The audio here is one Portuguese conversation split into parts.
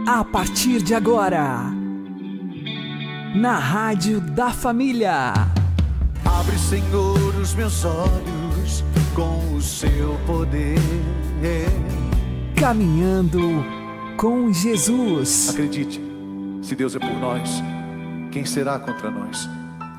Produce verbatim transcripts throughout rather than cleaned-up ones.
A partir de agora, na Rádio da Família. Abre, Senhor, os meus olhos com o seu poder. Caminhando com Jesus. Acredite, se Deus é por nós, quem será contra nós?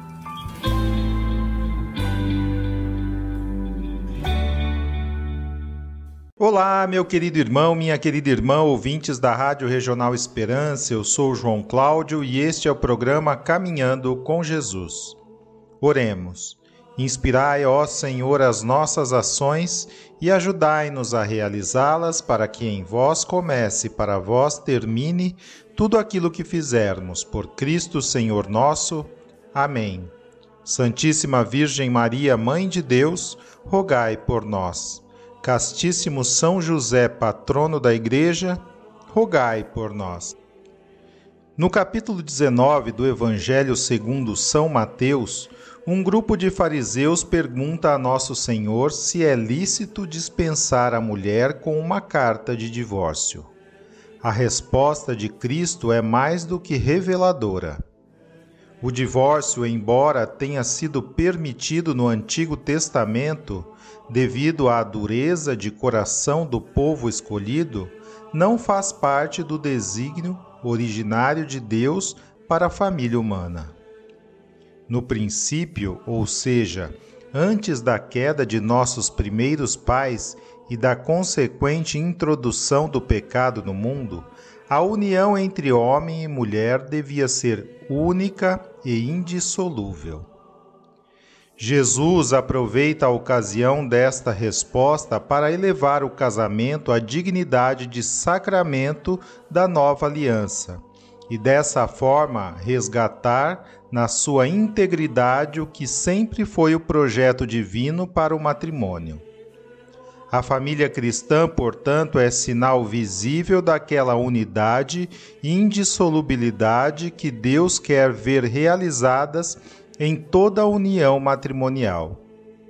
Olá, meu querido irmão, minha querida irmã, ouvintes da Rádio Regional Esperança, eu sou o João Cláudio e este é o programa Caminhando com Jesus. Oremos. Inspirai, ó Senhor, as nossas ações e ajudai-nos a realizá-las para que em vós comece e para vós termine tudo aquilo que fizermos. Por Cristo, Senhor nosso. Amém. Santíssima Virgem Maria, Mãe de Deus, rogai por nós. Castíssimo São José, patrono da Igreja, rogai por nós. No capítulo dezenove do Evangelho segundo São Mateus, um grupo de fariseus pergunta a Nosso Senhor se é lícito dispensar a mulher com uma carta de divórcio. A resposta de Cristo é mais do que reveladora. O divórcio, embora tenha sido permitido no Antigo Testamento, devido à dureza de coração do povo escolhido, não faz parte do desígnio originário de Deus para a família humana. No princípio, ou seja, antes da queda de nossos primeiros pais e da consequente introdução do pecado no mundo, a união entre homem e mulher devia ser única e indissolúvel. Jesus aproveita a ocasião desta resposta para elevar o casamento à dignidade de sacramento da nova aliança e, dessa forma, resgatar na sua integridade o que sempre foi o projeto divino para o matrimônio. A família cristã, portanto, é sinal visível daquela unidade e indissolubilidade que Deus quer ver realizadas em toda a união matrimonial.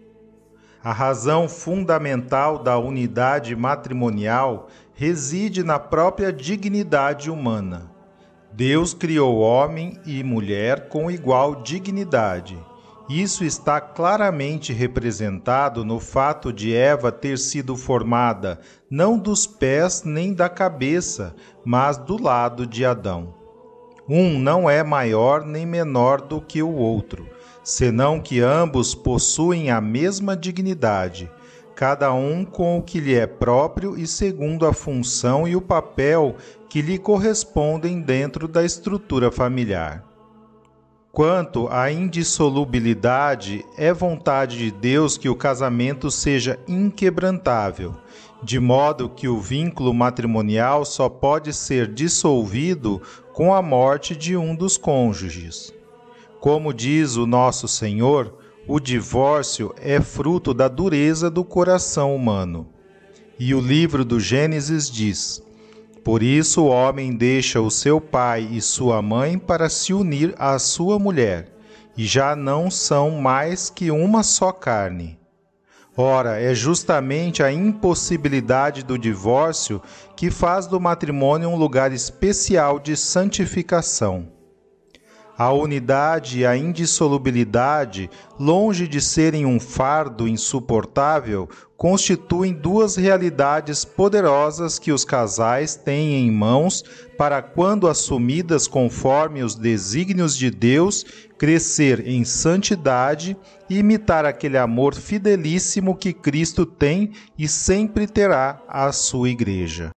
A razão fundamental da unidade matrimonial reside na própria dignidade humana. Deus criou homem e mulher com igual dignidade. Isso está claramente representado no fato de Eva ter sido formada não dos pés nem da cabeça, mas do lado de Adão. Um não é maior nem menor do que o outro, senão que ambos possuem a mesma dignidade, cada um com o que lhe é próprio e segundo a função e o papel que lhe correspondem dentro da estrutura familiar. Quanto à indissolubilidade, é vontade de Deus que o casamento seja inquebrantável, de modo que o vínculo matrimonial só pode ser dissolvido com a morte de um dos cônjuges. Como diz o Nosso Senhor, o divórcio é fruto da dureza do coração humano. E o livro do Gênesis diz: por isso o homem deixa o seu pai e sua mãe para se unir à sua mulher, e já não são mais que uma só carne. Ora, é justamente a impossibilidade do divórcio que faz do matrimônio um lugar especial de santificação. A unidade e a indissolubilidade, longe de serem um fardo insuportável, constituem duas realidades poderosas que os casais têm em mãos para, quando assumidas conforme os desígnios de Deus, crescer em santidade e imitar aquele amor fidelíssimo que Cristo tem e sempre terá à sua Igreja.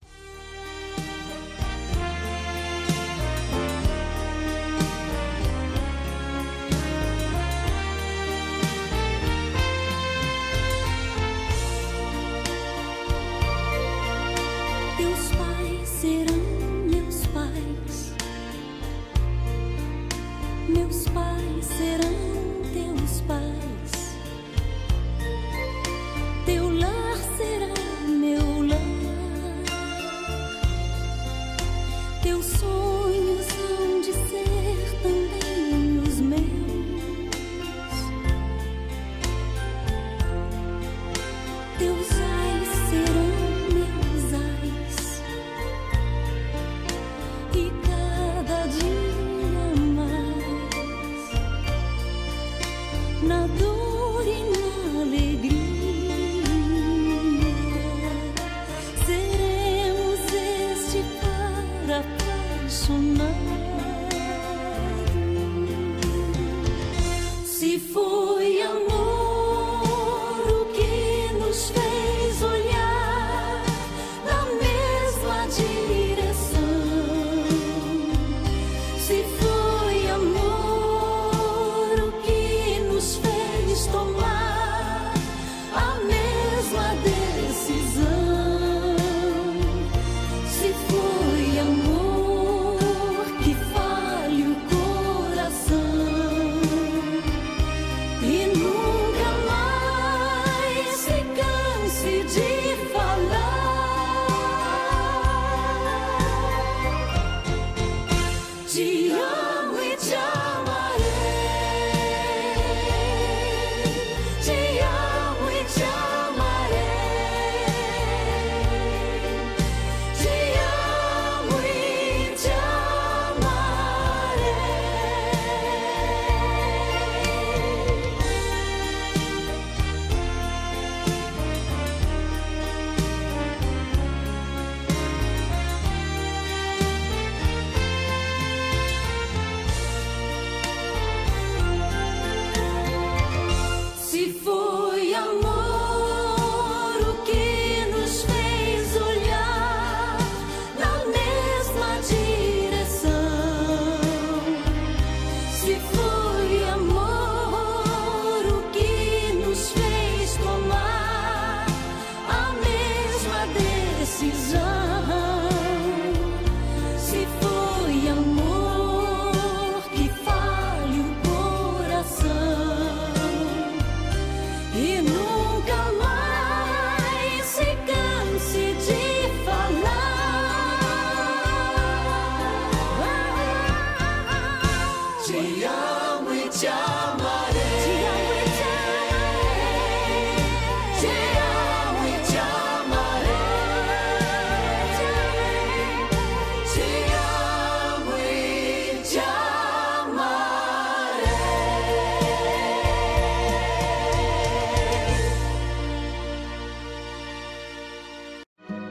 Meus pais serão teus pais, teu lar será meu lar.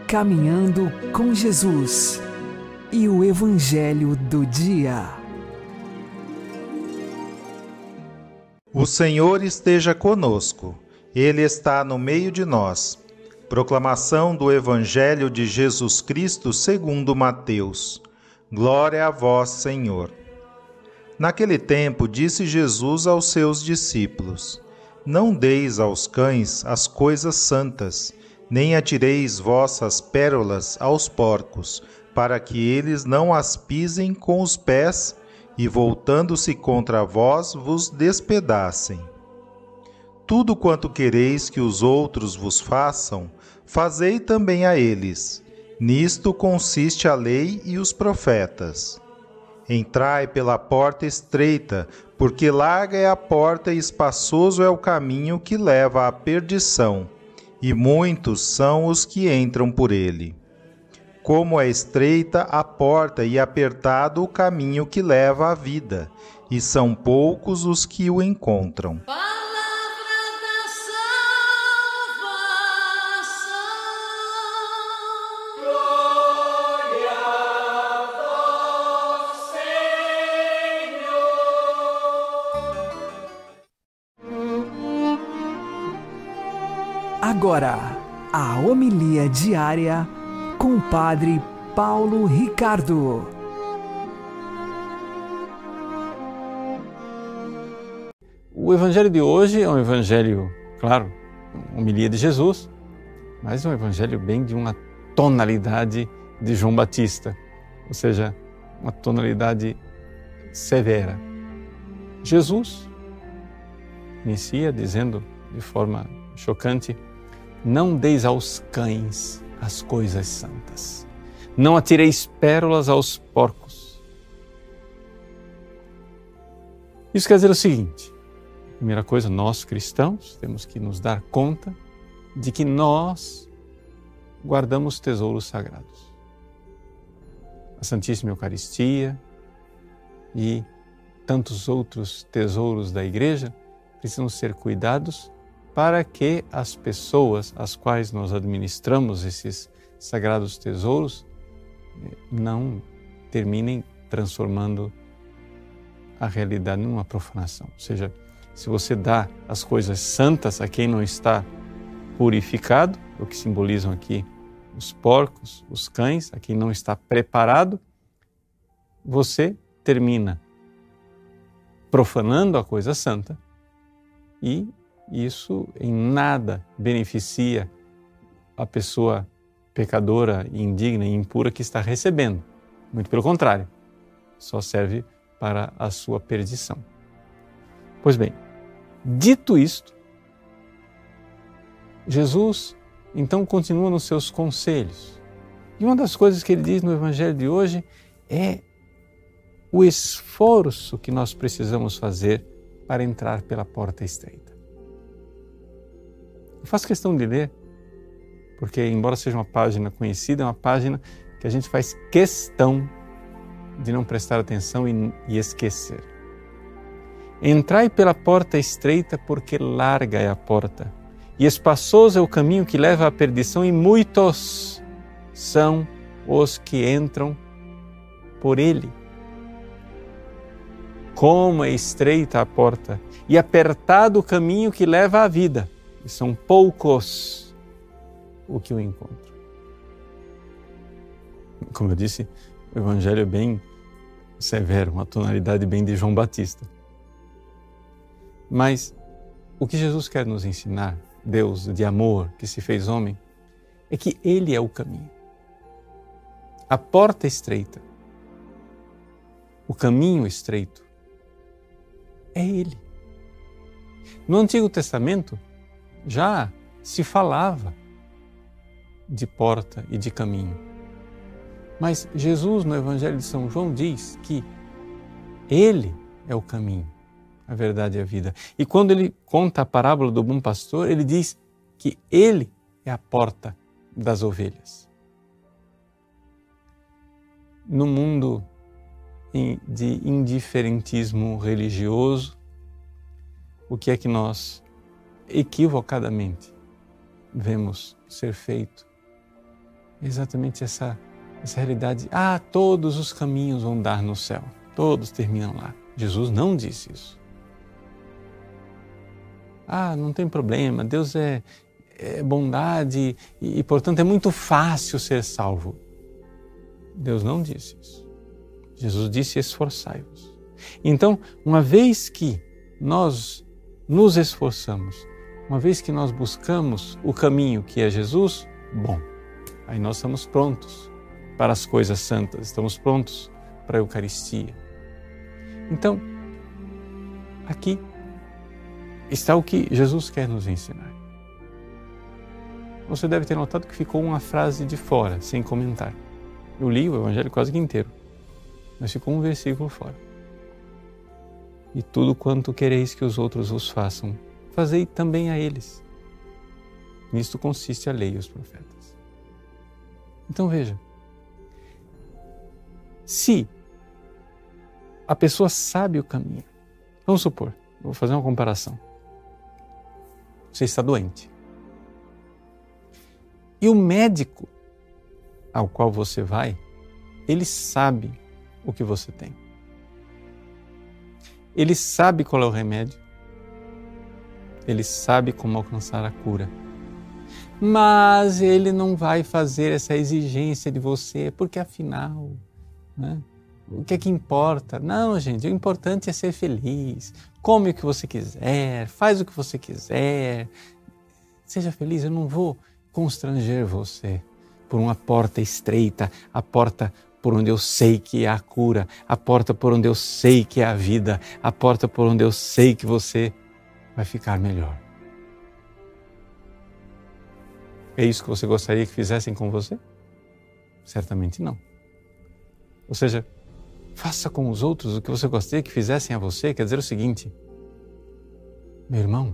Caminhando com Jesus e o Evangelho do Dia. O Senhor esteja conosco, Ele está no meio de nós. Proclamação do Evangelho de Jesus Cristo segundo Mateus. Glória a vós, Senhor. Naquele tempo disse Jesus aos seus discípulos: Não deis aos cães as coisas santas, nem atireis vossas pérolas aos porcos, para que eles não as pisem com os pés e, voltando-se contra vós, vos despedacem. Tudo quanto quereis que os outros vos façam, fazei também a eles. Nisto consiste a lei e os profetas. Entrai pela porta estreita, porque larga é a porta e espaçoso é o caminho que leva à perdição, e muitos são os que entram por ele. Como é estreita a porta e apertado o caminho que leva à vida, e são poucos os que o encontram. Agora, a homilia diária com o Padre Paulo Ricardo. O Evangelho de hoje é um Evangelho, claro, uma homilia de Jesus, mas é um Evangelho bem de uma tonalidade de João Batista, ou seja, uma tonalidade severa. Jesus inicia dizendo de forma chocante: Não deis aos cães as coisas santas. Não atireis pérolas aos porcos. Isso quer dizer o seguinte: primeira coisa, nós cristãos temos que nos dar conta de que nós guardamos tesouros sagrados. A Santíssima Eucaristia e tantos outros tesouros da Igreja precisam ser cuidados para que as pessoas às quais nós administramos esses sagrados tesouros não terminem transformando a realidade numa profanação. Ou seja, se você dá as coisas santas a quem não está purificado, o que simbolizam aqui os porcos, os cães, a quem não está preparado, você termina profanando a coisa santa e isso em nada beneficia a pessoa pecadora, indigna e impura que está recebendo. Muito pelo contrário, só serve para a sua perdição. Pois bem, dito isto, Jesus então continua nos seus conselhos. E uma das coisas que ele diz no Evangelho de hoje é o esforço que nós precisamos fazer para entrar pela porta estreita. Eu faço questão de ler, porque embora seja uma página conhecida, é uma página que a gente faz questão de não prestar atenção e, e esquecer. Entrai pela porta estreita, porque larga é a porta, e espaçoso é o caminho que leva à perdição, e muitos são os que entram por ele. Como é estreita a porta e apertado o caminho que leva à vida, e são poucos o que o encontram. Como eu disse, o Evangelho é bem severo, uma tonalidade bem de João Batista. Mas o que Jesus quer nos ensinar, Deus de amor que se fez homem, é que Ele é o caminho. A porta estreita, o caminho estreito, é Ele. No Antigo Testamento já se falava de porta e de caminho. Mas Jesus, no Evangelho de São João, diz que Ele é o caminho, a verdade e a vida. E quando ele conta a parábola do bom pastor, ele diz que Ele é a porta das ovelhas. No mundo de indiferentismo religioso, o que é que nós equivocadamente vemos ser feito? é exatamente essa, essa realidade. Ah, todos os caminhos vão dar no céu, todos terminam lá. Jesus não disse isso. Ah, não tem problema, Deus é, é bondade e, e, portanto, é muito fácil ser salvo. Deus não disse isso. Jesus disse: esforçai-vos. Então, uma vez que nós nos esforçamos, uma vez que nós buscamos o caminho que é Jesus, bom, aí nós estamos prontos para as coisas santas, estamos prontos para a Eucaristia. Então, aqui está o que Jesus quer nos ensinar. Você deve ter notado que ficou uma frase de fora, sem comentar. Eu li o Evangelho quase que inteiro, mas ficou um versículo fora. E tudo quanto quereis que os outros vos façam, fazei também a eles. Nisto consiste a lei e os profetas. Então veja, se a pessoa sabe o caminho, vamos supor, vou fazer uma comparação. Você está doente. E o médico ao qual você vai, ele sabe o que você tem. Ele sabe qual é o remédio. Ele sabe como alcançar a cura. Mas ele não vai fazer essa exigência de você, porque afinal, né, o que é que importa? Não, gente, o importante é ser feliz. Come o que você quiser, faz o que você quiser. Seja feliz, eu não vou constranger você por uma porta estreita, a porta por onde eu sei que é a cura, a porta por onde eu sei que é a vida, a porta por onde eu sei que você vai ficar melhor. É isso que você gostaria que fizessem com você? Certamente não. Ou seja, faça com os outros o que você gostaria que fizessem a você. Quer dizer o seguinte: meu irmão,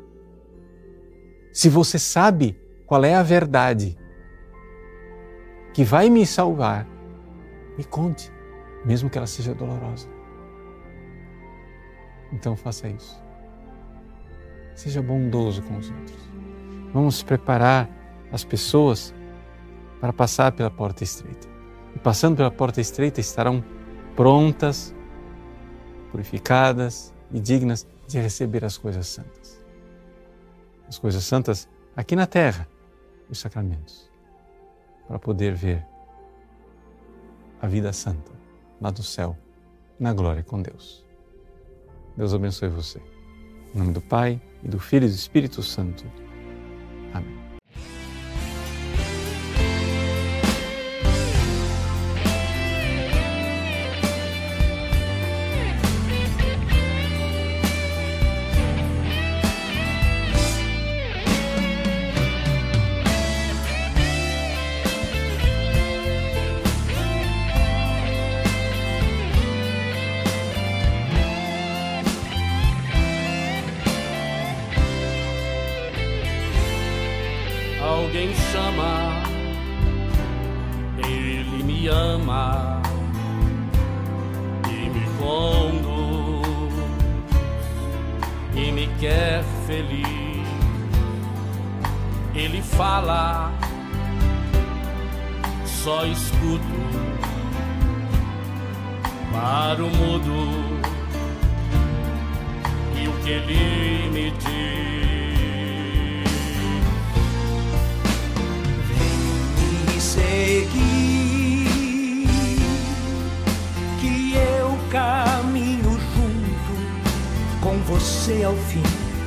se você sabe qual é a verdade que vai me salvar, me conte, mesmo que ela seja dolorosa. Então faça isso. Seja bondoso com os outros. Vamos preparar as pessoas para passar pela porta estreita. E passando pela porta estreita estarão prontas, purificadas e dignas de receber as coisas santas. As coisas santas aqui na terra, os sacramentos, para poder ver a vida santa lá do céu, na glória com Deus. Deus abençoe você. Em nome do Pai, e do Filho e do Espírito Santo. Amém. Alguém chama, Ele me ama e me conduz e me quer feliz. Ele fala, só escuto para o mudo e o que Ele me diz. Seguir, que eu caminho junto com você ao fim.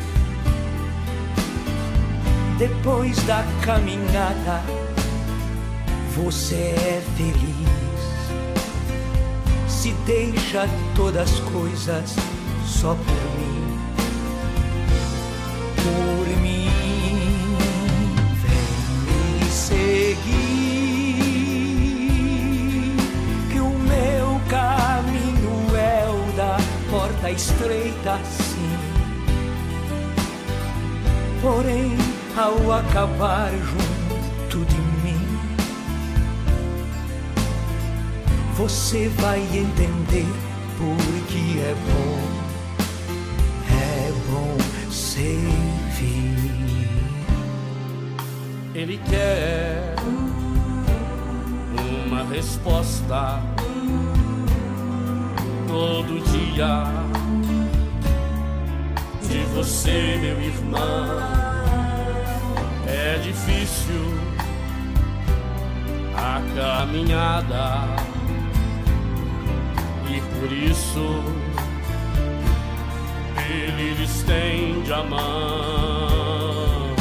Depois da caminhada, você é feliz. Se deixa todas as coisas só por mim, por mim. Vem me seguir, porta estreita sim, porém ao acabar junto de mim, você vai entender porque é bom, é bom servir. Ele quer resposta todo dia de você, meu irmão. É difícil a caminhada e por isso Ele lhe estende a mão.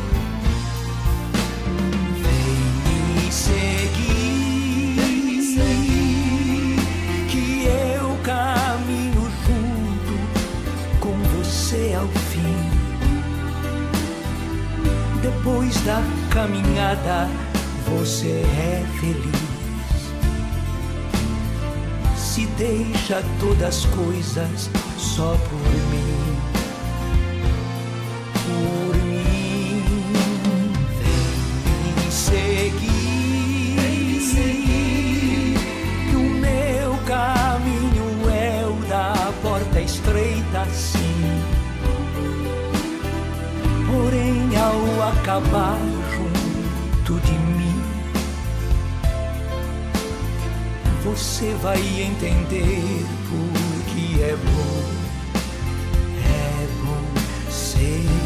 Vem me seguir, vem me seguir, que eu caminho junto com você ao fim. Depois da caminhada você é feliz. Se deixa todas as coisas só por mim, por mim. Vem me seguir, vem me seguir, que o meu caminho é o da porta estreita, sim. Porém, ao acabar junto de mim, você vai entender por que é bom, é bom servir.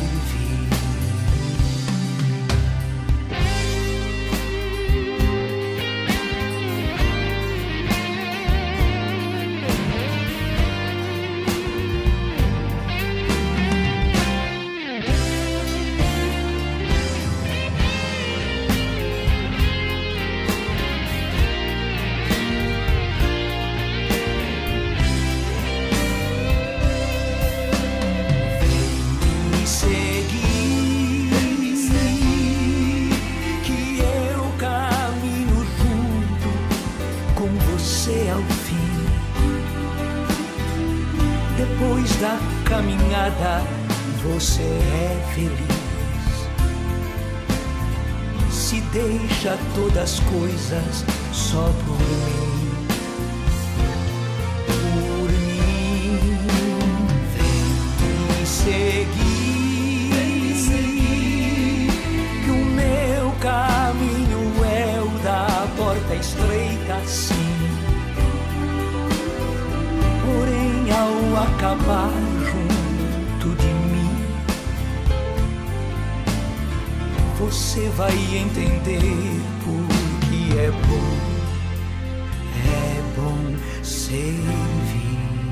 Depois da caminhada você é feliz. Se deixa todas as coisas só por mim, por mim. Vem me seguir, vem me seguir, que o meu caminho é o da porta estreita, sim. Porém, ao acabar junto de mim, você vai entender por que é bom, é bom servir.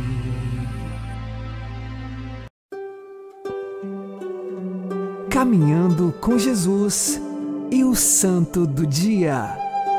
Caminhando com Jesus e o Santo do Dia.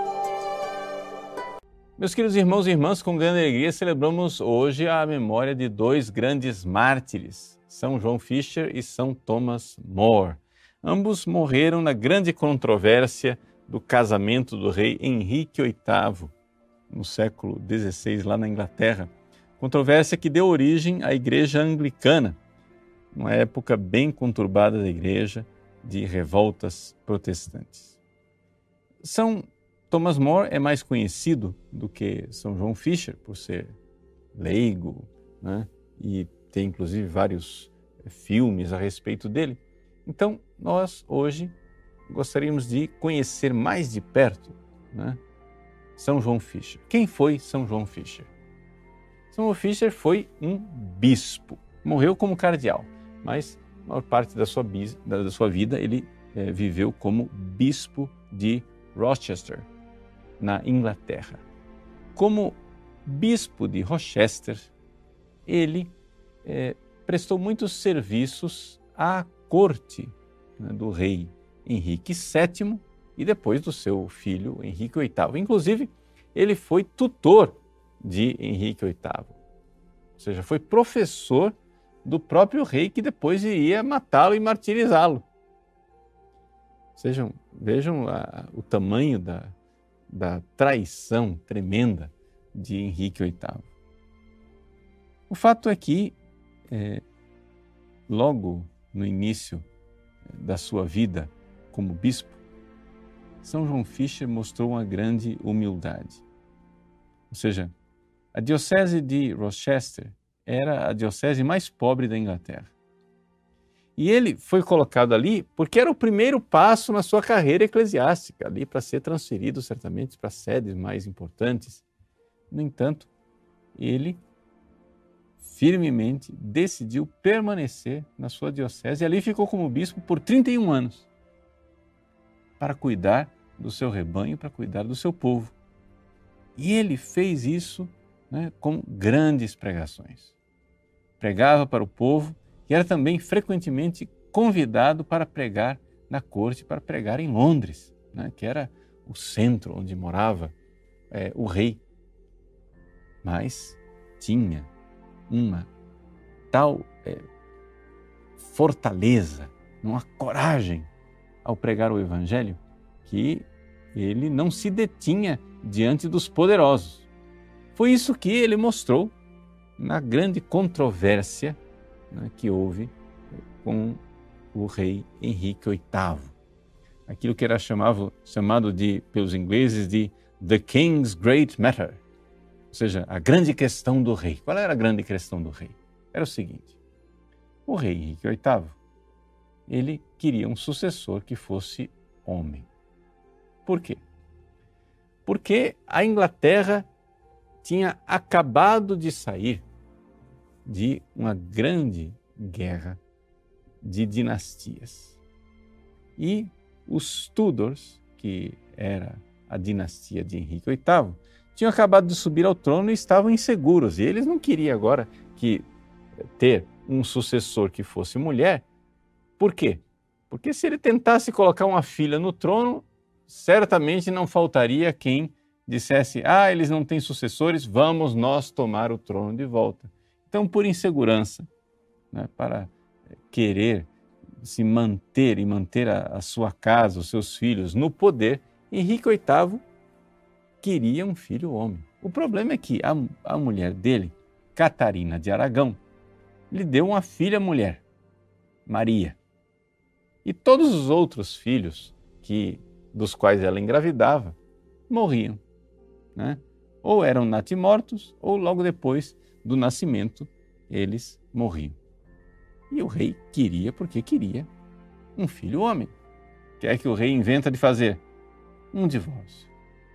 Meus queridos irmãos e irmãs, com grande alegria celebramos hoje a memória de dois grandes mártires, São João Fisher e São Thomas More. Ambos morreram na grande controvérsia do casamento do rei Henrique oitavo, no século dezesseis, lá na Inglaterra. Controvérsia que deu origem à Igreja Anglicana, uma época bem conturbada da Igreja, de revoltas protestantes. São Thomas More é mais conhecido do que São João Fisher, por ser leigo, né? E tem inclusive vários filmes a respeito dele. Então, nós hoje gostaríamos de conhecer mais de perto, né, São João Fisher. Quem foi São João Fisher? São João Fisher foi um bispo, morreu como cardeal, mas a maior parte da sua, da sua vida ele é, viveu como bispo de Rochester, na Inglaterra. Como bispo de Rochester, ele é, prestou muitos serviços à corte, né, do rei Henrique sétimo e depois do seu filho Henrique oitavo. Inclusive, ele foi tutor de Henrique oitavo, ou seja, foi professor do próprio rei que depois iria matá-lo e martirizá-lo. Sejam, vejam a, o tamanho da da traição tremenda de Henrique oitavo. O fato é que, é, logo no início da sua vida como bispo, São João Fisher mostrou uma grande humildade. Ou seja, a diocese de Rochester era a diocese mais pobre da Inglaterra. E ele foi colocado ali porque era o primeiro passo na sua carreira eclesiástica, ali para ser transferido certamente para sedes mais importantes. No entanto, ele firmemente decidiu permanecer na sua diocese e ali ficou como bispo por trinta e um anos para cuidar do seu rebanho, para cuidar do seu povo. E ele fez isso, né, com grandes pregações. Pregava para o povo e era também frequentemente convidado para pregar na corte, para pregar em Londres, né, que era o centro onde morava é, o rei. Mas tinha uma tal é, fortaleza, uma coragem ao pregar o Evangelho, que ele não se detinha diante dos poderosos. Foi isso que ele mostrou na grande controvérsia, né, que houve com o rei Henrique oitavo. Aquilo que era chamado, chamado de, pelos ingleses de The King's Great Matter, ou seja, a grande questão do rei. Qual era a grande questão do rei? Era o seguinte: o rei Henrique oitavo, ele queria um sucessor que fosse homem. Por quê? Porque a Inglaterra tinha acabado de sair de uma grande guerra de dinastias. E os Tudors, que era a dinastia de Henrique oitavo, tinham acabado de subir ao trono e estavam inseguros. E eles não queriam agora que ter um sucessor que fosse mulher. Por quê? Porque se ele tentasse colocar uma filha no trono, certamente não faltaria quem dissesse: ah, eles não têm sucessores, vamos nós tomar o trono de volta. Então, por insegurança, né, para querer se manter e manter a, a sua casa, os seus filhos no poder, Henrique oitavo queria um filho homem. O problema é que a, a mulher dele, Catarina de Aragão, lhe deu uma filha mulher, Maria. E todos os outros filhos que, dos quais ela engravidava morriam, né? Ou eram natimortos, ou logo depois do nascimento eles morriam. E o rei queria, porque queria, um filho homem. O que é que o rei inventa de fazer? Um divórcio.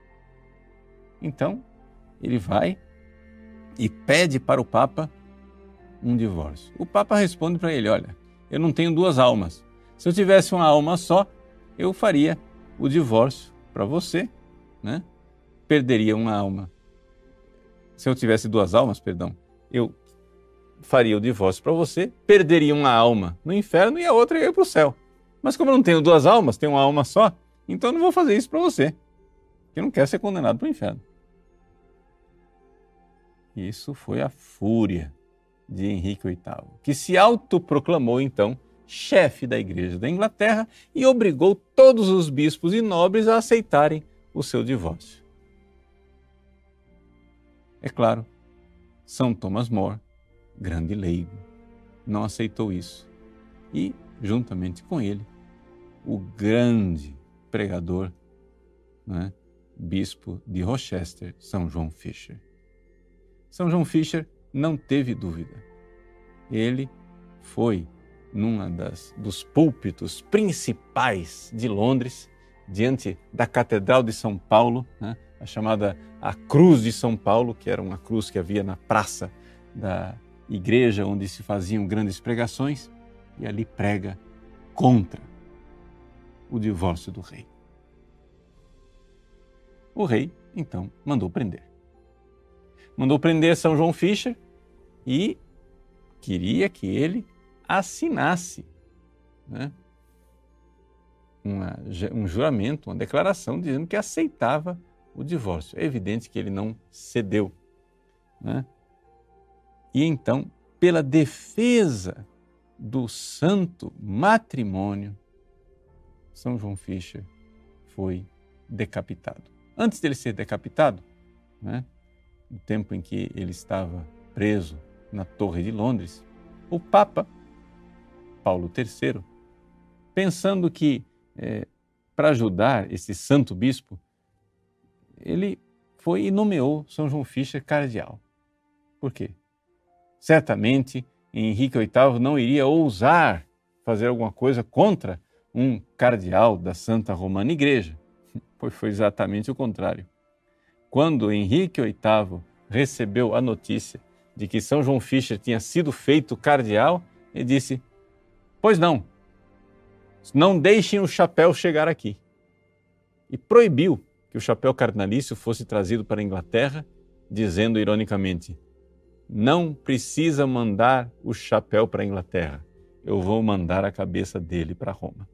Então, ele vai e pede para o Papa um divórcio. O Papa responde para ele: olha, eu não tenho duas almas. Se eu tivesse uma alma só, eu faria o divórcio para você, né? Perderia uma alma. Se eu tivesse duas almas, perdão, eu faria o divórcio para você, perderia uma alma no inferno e a outra ia para o céu. Mas como eu não tenho duas almas, tenho uma alma só, então eu não vou fazer isso para você, que não quer ser condenado para o inferno. Isso foi a fúria de Henrique oitavo, que se autoproclamou então chefe da Igreja da Inglaterra e obrigou todos os bispos e nobres a aceitarem o seu divórcio. É claro, São Thomas More, grande leigo, não aceitou isso. E, juntamente com ele, o grande pregador, né, bispo de Rochester, São João Fisher. São João Fisher não teve dúvida. Ele foi numa das, dos púlpitos principais de Londres, diante da Catedral de São Paulo, né, a chamada a Cruz de São Paulo, que era uma cruz que havia na praça da igreja onde se faziam grandes pregações, e ali prega contra o divórcio do rei. O rei, então, mandou prender. Mandou prender São João Fisher e queria que ele assinasse, né, uma, um juramento, uma declaração dizendo que aceitava o divórcio. É evidente que ele não cedeu, né? E então, pela defesa do santo matrimônio, São João Fisher foi decapitado. Antes dele ser decapitado, né, no tempo em que ele estava preso na Torre de Londres, o Papa Paulo terceiro, pensando que, é, para ajudar esse santo bispo, ele foi e nomeou São João Fisher cardeal. Por quê? Certamente Henrique oitavo não iria ousar fazer alguma coisa contra um cardeal da Santa Romana Igreja. Pois foi exatamente o contrário. Quando Henrique oitavo recebeu a notícia de que São João Fischer tinha sido feito cardeal, ele disse: pois não, não deixem o chapéu chegar aqui. E proibiu que o chapéu cardinalício fosse trazido para a Inglaterra, dizendo ironicamente: não precisa mandar o chapéu para a Inglaterra, eu vou mandar a cabeça dele para Roma.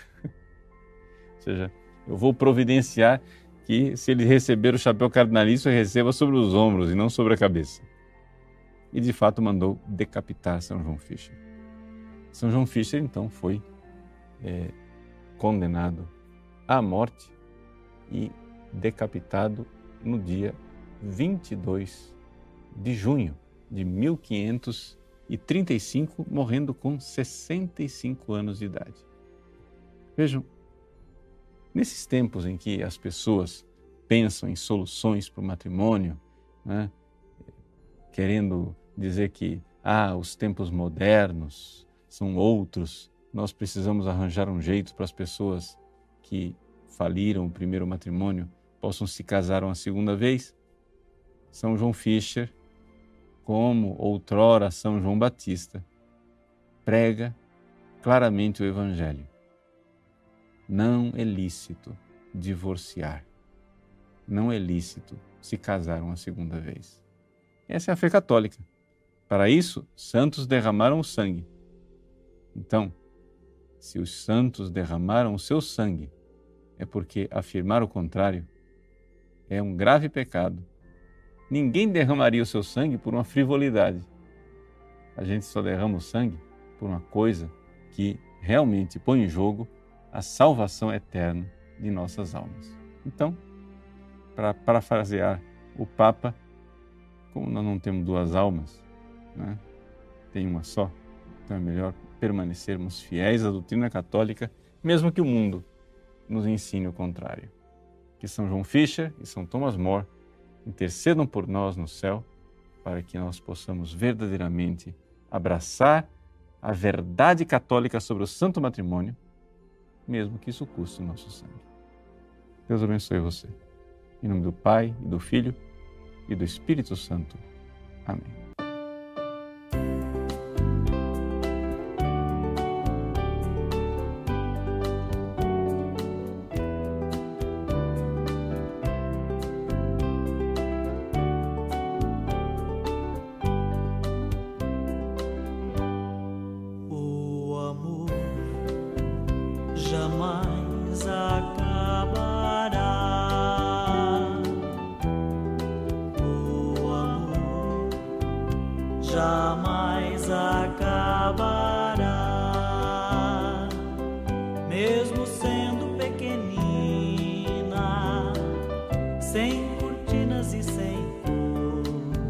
Ou seja, eu vou providenciar que, se ele receber o chapéu cardinalício, receba sobre os ombros e não sobre a cabeça. E de fato mandou decapitar São João Fischer. São João Fischer então foi é, condenado à morte e decapitado no dia vinte e dois de junho de mil quinhentos e trinta e cinco, morrendo com sessenta e cinco anos de idade. Vejam, nesses tempos em que as pessoas pensam em soluções para o matrimônio, né, querendo dizer que ah, os tempos modernos são outros, nós precisamos arranjar um jeito para as pessoas que faliram o primeiro matrimônio possam se casar uma segunda vez. São João Fischer, como outrora São João Batista, prega claramente o Evangelho. Não é lícito divorciar. Não é lícito se casar uma segunda vez. Essa é a fé católica. Para isso, santos derramaram o sangue. Então, se os santos derramaram o seu sangue, é porque afirmar o contrário é um grave pecado. Ninguém derramaria o seu sangue por uma frivolidade. A gente só derrama o sangue por uma coisa que realmente põe em jogo a salvação eterna de nossas almas. Então, para parafrasear o Papa, como nós não temos duas almas, né, tem uma só, então é melhor permanecermos fiéis à doutrina católica, mesmo que o mundo nos ensine o contrário. Que São João Fischer e São Thomas More intercedam por nós no céu, para que nós possamos verdadeiramente abraçar a verdade católica sobre o santo matrimônio, mesmo que isso custe o nosso sangue. Deus abençoe você. Em nome do Pai, e do Filho, e do Espírito Santo. Amém. Jamais acabará. O amor jamais acabará. Mesmo sendo pequenina, sem cortinas e sem cor,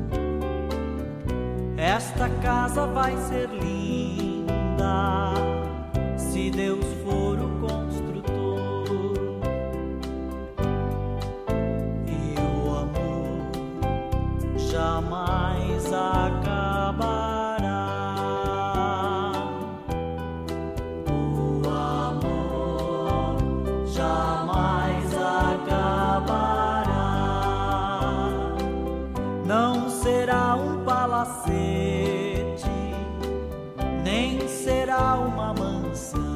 esta casa vai ser linda, se Deus for o construtor. E o amor jamais acabará. O amor jamais acabará. Não será um palacete, nem será uma mansão.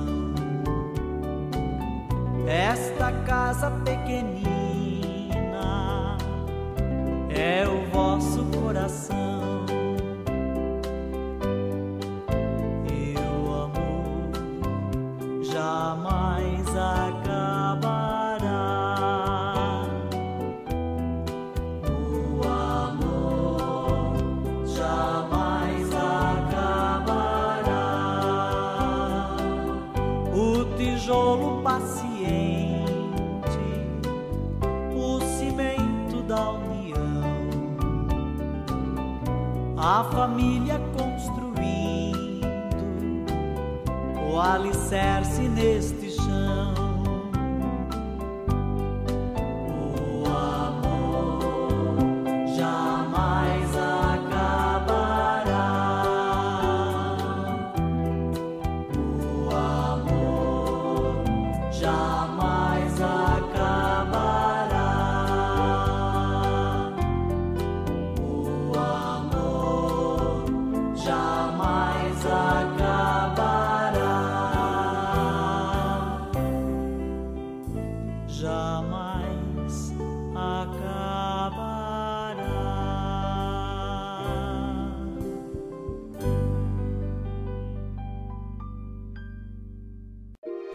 Esta casa pequenina é o vosso coração. E o amor jamais acabará. O amor jamais acabará. O tijolo paciente, o cimento da união, a família construindo o alicerce neste chão. O amor jamais acabará. O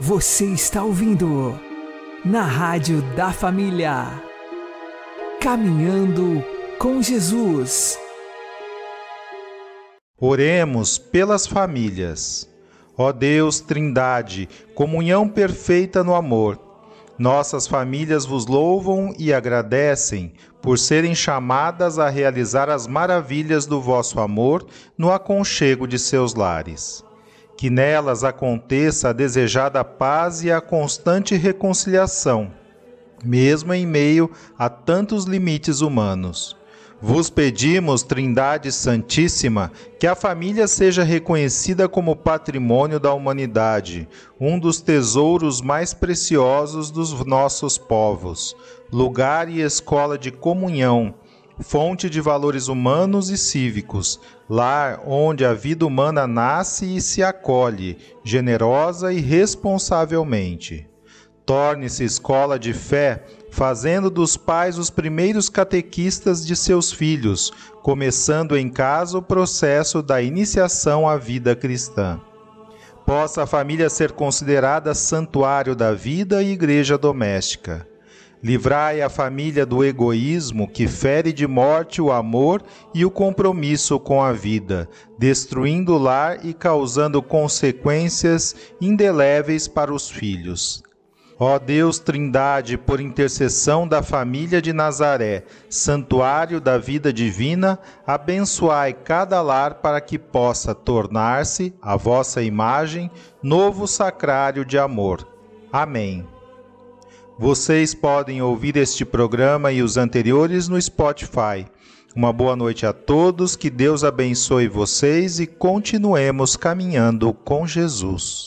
Você está ouvindo na Rádio da Família. Caminhando com Jesus. Oremos pelas famílias. Ó Deus, Trindade, comunhão perfeita no amor, nossas famílias vos louvam e agradecem por serem chamadas a realizar as maravilhas do vosso amor no aconchego de seus lares. Que nelas aconteça a desejada paz e a constante reconciliação, mesmo em meio a tantos limites humanos. Vos pedimos, Trindade Santíssima, que a família seja reconhecida como patrimônio da humanidade, um dos tesouros mais preciosos dos nossos povos, lugar e escola de comunhão, fonte de valores humanos e cívicos, lar onde a vida humana nasce e se acolhe, generosa e responsavelmente. Torne-se escola de fé, fazendo dos pais os primeiros catequistas de seus filhos, começando em casa o processo da iniciação à vida cristã. Possa a família ser considerada santuário da vida e igreja doméstica. Livrai a família do egoísmo que fere de morte o amor e o compromisso com a vida, destruindo o lar e causando consequências indeléveis para os filhos. Ó Deus Trindade, por intercessão da família de Nazaré, santuário da vida divina, abençoai cada lar para que possa tornar-se, à vossa imagem, novo sacrário de amor. Amém. Vocês podem ouvir este programa e os anteriores no Spotify. Uma boa noite a todos, que Deus abençoe vocês e continuemos caminhando com Jesus.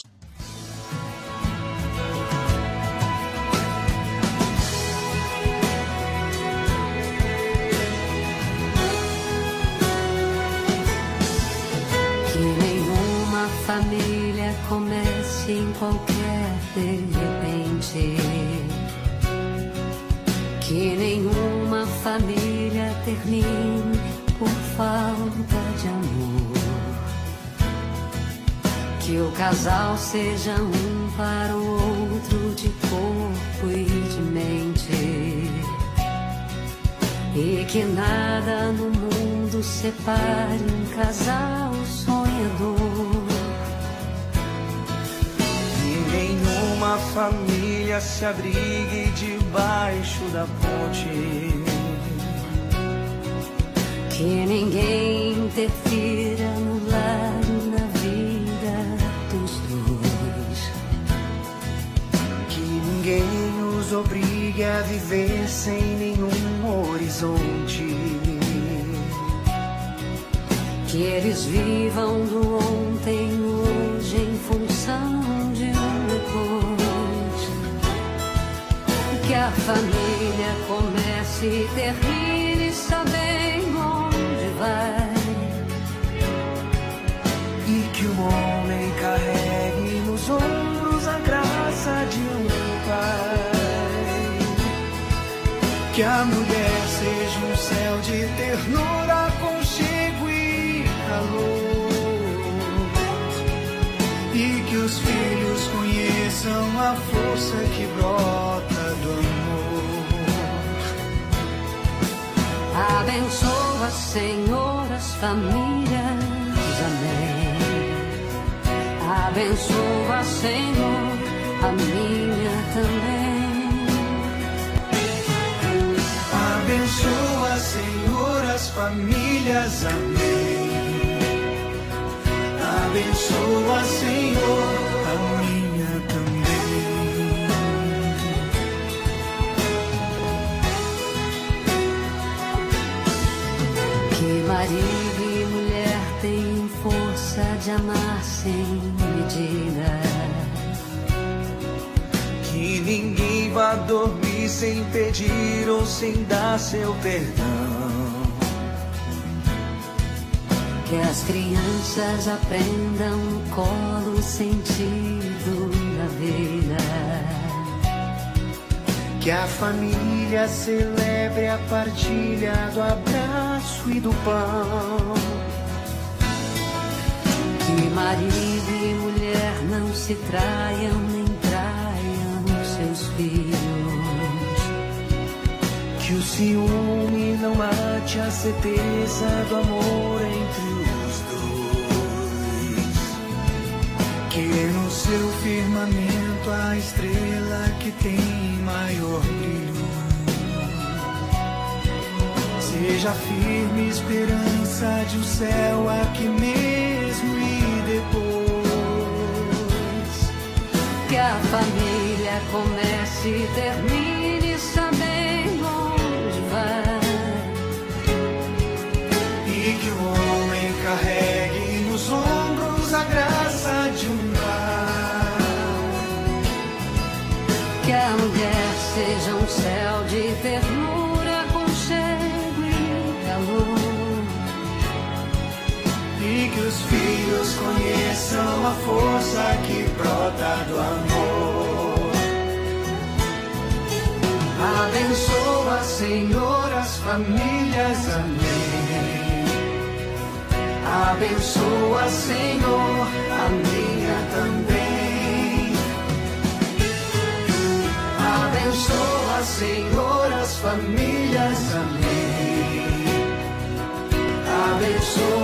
Família comece em qualquer de repente, que nenhuma família termine por falta de amor, que o casal seja um para o outro de corpo e de mente, e que nada no mundo separe um casal sonhador. Nenhuma família se abrigue debaixo da ponte, que ninguém interfira no lar e na vida dos dois, que ninguém os obrigue a viver sem nenhum horizonte, que eles vivam do ontem hoje em função de um depois, que a família comece e termine sabendo onde vai, e que o homem carregue nos ombros a graça de um pai, que a mulher seja um céu de ternura, aconchego e calor, e que os filhos conheçam a força que brota do amor. Abençoa, Senhor, as famílias, amém. Abençoa, Senhor, a minha também. Abençoa, Senhor, as famílias, amém. Abençoa, Senhor, a minha também. Que marido e mulher tenham força de amar sem medida, que ninguém vá dormir sem pedir ou sem dar seu perdão, que as crianças aprendam no colo o sentido da vida, que a família celebre a partilha do abraço e do pão, que marido e mulher não se traiam nem traiam filhos. Que o ciúme não mate a certeza do amor entre os dois. Que no seu firmamento a estrela que tem maior brilho seja firme esperança de um céu aqui mesmo e depois. Que a família comece e termine sabendo onde vai. E que o homem carregue nos ombros a graça de um lar. Que a mulher seja um céu de ternura, aconchego e calor. E que os filhos conheçam a força que brota do amor. Abençoa, Senhor, as famílias, amém. abençoa, Senhor, a minha também. Abençoa, Senhor, as famílias, amém. Abençoa